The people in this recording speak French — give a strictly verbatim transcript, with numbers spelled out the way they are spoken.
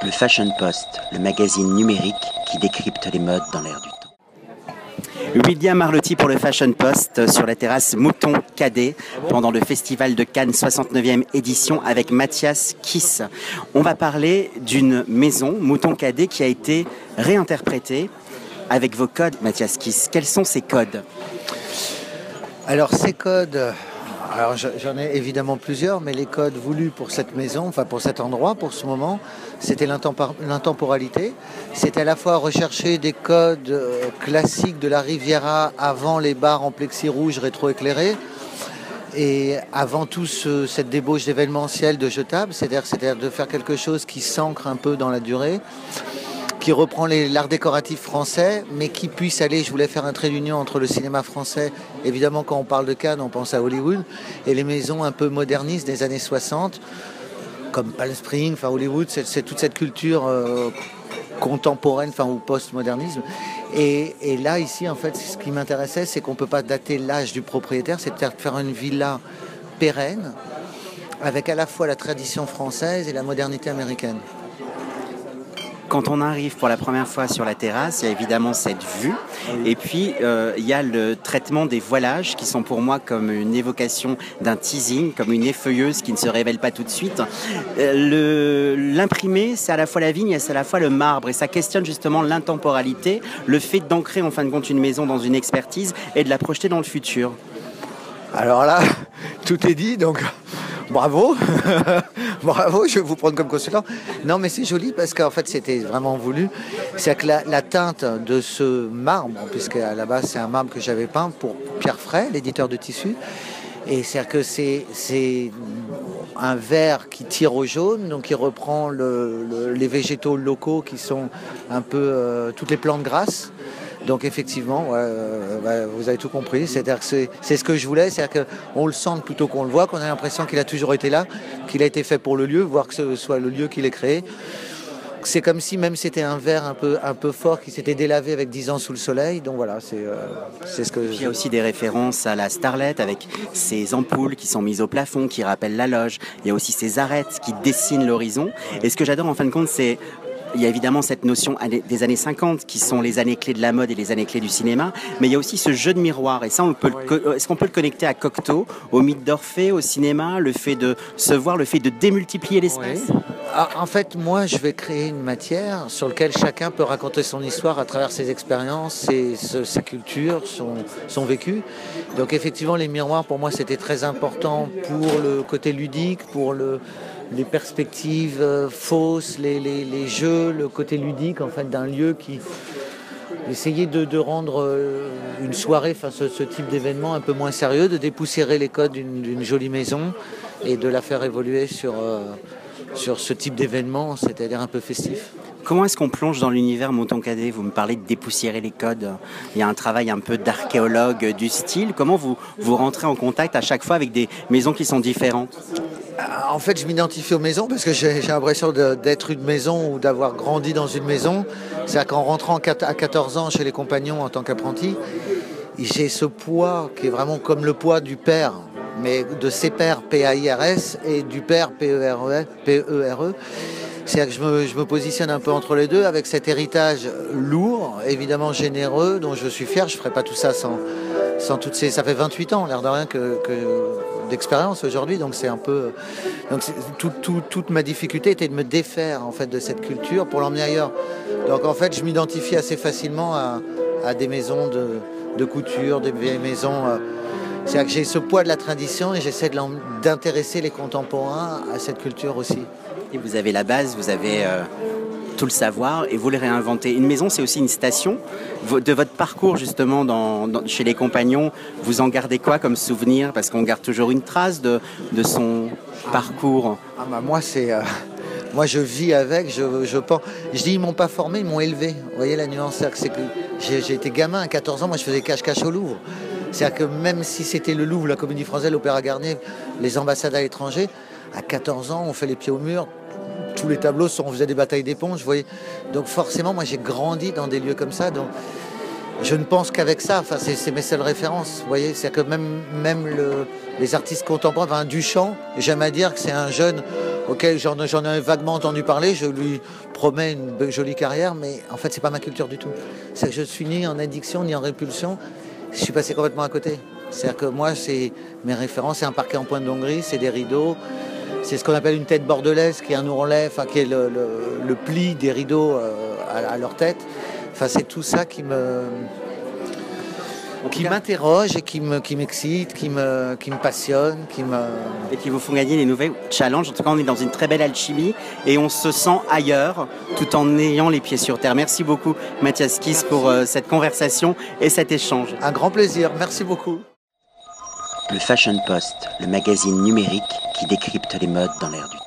Le Fashion Post, le magazine numérique qui décrypte les modes dans l'air du temps. William Arlotti pour le Fashion Post sur la terrasse Mouton Cadet pendant le Festival de Cannes soixante-neuvième édition avec Mathias Kiss. On va parler d'une maison, Mouton Cadet, qui a été réinterprétée avec vos codes, Mathias Kiss. Quels sont ces codes ? Alors ces codes, alors j'en ai évidemment plusieurs, mais les codes voulus pour cette maison, enfin pour cet endroit, pour ce moment, c'était l'intemporalité. C'était à la fois rechercher des codes classiques de la Riviera avant les bars en plexi rouge rétroéclairés et avant tout ce, cette débauche d'événementiel de jetables, c'est-à-dire, c'est-à-dire de faire quelque chose qui s'ancre un peu dans la durée, qui reprend les, l'art décoratif français, mais qui puisse aller, je voulais faire un trait d'union entre le cinéma français, évidemment quand on parle de Cannes, on pense à Hollywood, et les maisons un peu modernistes des années soixante, comme Palm Springs, enfin Hollywood, c'est, c'est toute cette culture euh, contemporaine, enfin ou post-modernisme. Et, et là, ici, en fait, ce qui m'intéressait, c'est qu'on ne peut pas dater l'âge du propriétaire, c'est peut-être faire une villa pérenne, avec à la fois la tradition française et la modernité américaine. Quand on arrive pour la première fois sur la terrasse, il y a évidemment cette vue. Et puis, euh, il y a le traitement des voilages qui sont pour moi comme une évocation d'un teasing, comme une effeuilleuse qui ne se révèle pas tout de suite. Euh, le, l'imprimé, c'est à la fois la vigne et c'est à la fois le marbre. Et ça questionne justement l'intemporalité, le fait d'ancrer en fin de compte une maison dans une expertise et de la projeter dans le futur. Alors là, tout est dit, donc... Bravo, bravo, je vais vous prendre comme consultant. Non, mais c'est joli parce qu'en fait, c'était vraiment voulu. C'est que la, la teinte de ce marbre, puisqu'à la base, c'est un marbre que j'avais peint pour Pierre Fray, l'éditeur de tissus. Et c'est que c'est, c'est un vert qui tire au jaune, donc il reprend le, le, les végétaux locaux qui sont un peu euh, toutes les plantes grasses. Donc effectivement, ouais, euh, ouais, vous avez tout compris, c'est-à-dire que c'est, c'est ce que je voulais, c'est-à-dire qu'on le sente plutôt qu'on le voit, qu'on a l'impression qu'il a toujours été là, qu'il a été fait pour le lieu, voire que ce soit le lieu qui l'ait créé. C'est comme si même c'était un verre un peu, un peu fort qui s'était délavé avec dix ans sous le soleil, donc voilà, c'est, euh, c'est ce que... Il y a aussi des références à la Starlet avec ces ampoules qui sont mises au plafond, qui rappellent la loge, il y a aussi ces arêtes qui dessinent l'horizon, et ce que j'adore en fin de compte, c'est... Il y a évidemment cette notion des années cinquante qui sont les années clés de la mode et les années clés du cinéma, mais il y a aussi ce jeu de miroir. Et ça, on peut le, est-ce qu'on peut le connecter à Cocteau, au mythe d'Orphée, au cinéma, le fait de se voir, le fait de démultiplier l'espace ? Oui. Ah, en fait, moi, je vais créer une matière sur laquelle chacun peut raconter son histoire à travers ses expériences, ses, sa culture, son, son vécu. Donc effectivement, les miroirs, pour moi, c'était très important pour le côté ludique, pour le... les perspectives euh, fausses, les, les, les jeux, le côté ludique en fait d'un lieu qui essayait de, de rendre euh, une soirée, enfin ce, ce type d'événement un peu moins sérieux, de dépoussiérer les codes d'une, d'une jolie maison et de la faire évoluer sur, euh, sur ce type d'événement, c'est-à-dire un peu festif. Comment est-ce qu'on plonge dans l'univers Mouton Cadet ? Vous me parlez de dépoussiérer les codes. Il y a un travail un peu d'archéologue du style. Comment vous, vous rentrez en contact à chaque fois avec des maisons qui sont différentes ? En fait, je m'identifie aux maisons parce que j'ai, j'ai l'impression de, d'être une maison ou d'avoir grandi dans une maison. C'est-à-dire qu'en rentrant à quatorze ans chez les Compagnons en tant qu'apprenti, j'ai ce poids qui est vraiment comme le poids du père, mais de ses pères P A I R S et du père P E R E. C'est-à-dire que je me, je me positionne un peu entre les deux avec cet héritage lourd, évidemment généreux, dont je suis fier. Je ne ferais pas tout ça sans, sans toutes ces... Ça fait vingt-huit ans, l'air de rien, que, que, d'expérience aujourd'hui. Donc c'est un peu... Donc c'est, tout, tout, toute ma difficulté était de me défaire en fait, de cette culture pour l'emmener ailleurs. Donc en fait, je m'identifie assez facilement à, à des maisons de, de couture, des vieilles maisons... C'est-à-dire que j'ai ce poids de la tradition et j'essaie de d'intéresser les contemporains à cette culture aussi. Et vous avez la base, vous avez euh, tout le savoir et vous le réinventez. Une maison, c'est aussi une station. De votre parcours justement dans, dans, chez les Compagnons, vous en gardez quoi comme souvenir ? Parce qu'on garde toujours une trace de, de son parcours. Ah bah moi, c'est... Euh... Moi, je vis avec, je, je pense... Je dis, ils m'ont pas formé, ils m'ont élevé. Vous voyez la nuance ? C'est que j'ai, j'ai été gamin à quatorze ans, moi je faisais cache-cache au Louvre. C'est-à-dire que même si c'était le Louvre, la Comédie Française, l'Opéra Garnier, les ambassades à l'étranger, à quatorze ans, on fait les pieds au mur, tous les tableaux sont, on faisait des batailles d'éponges, vous voyez. Donc forcément, moi j'ai grandi dans des lieux comme ça. Donc je ne pense qu'avec ça. Enfin, c'est mes seules références. Vous voyez, c'est que même, même le, les artistes contemporains, enfin, Duchamp, j'aime à dire que c'est un jeune auquel j'en ai vaguement entendu parler. Je lui promets une jolie carrière, mais en fait, c'est pas ma culture du tout. C'est que je suis ni en addiction ni en répulsion. Je suis passé complètement à côté. C'est-à-dire que moi, c'est mes références, c'est un parquet en pointe d'Hongrie, c'est des rideaux, c'est ce qu'on appelle une tête bordelaise, qui est un ourlet, enfin, qui est le, le, le pli des rideaux euh, à, à leur tête. Enfin, c'est tout ça qui me qui m'interroge et qui me qui m'excite, qui me qui me passionne, qui me et qui vous font gagner des nouvelles challenges. En tout cas, on est dans une très belle alchimie et on se sent ailleurs, tout en ayant les pieds sur terre. Merci beaucoup, Mathias Kiss, pour euh, cette conversation et cet échange. Un grand plaisir. Merci beaucoup. Le Fashion Post, le magazine numérique qui décrypte les modes dans l'air du temps.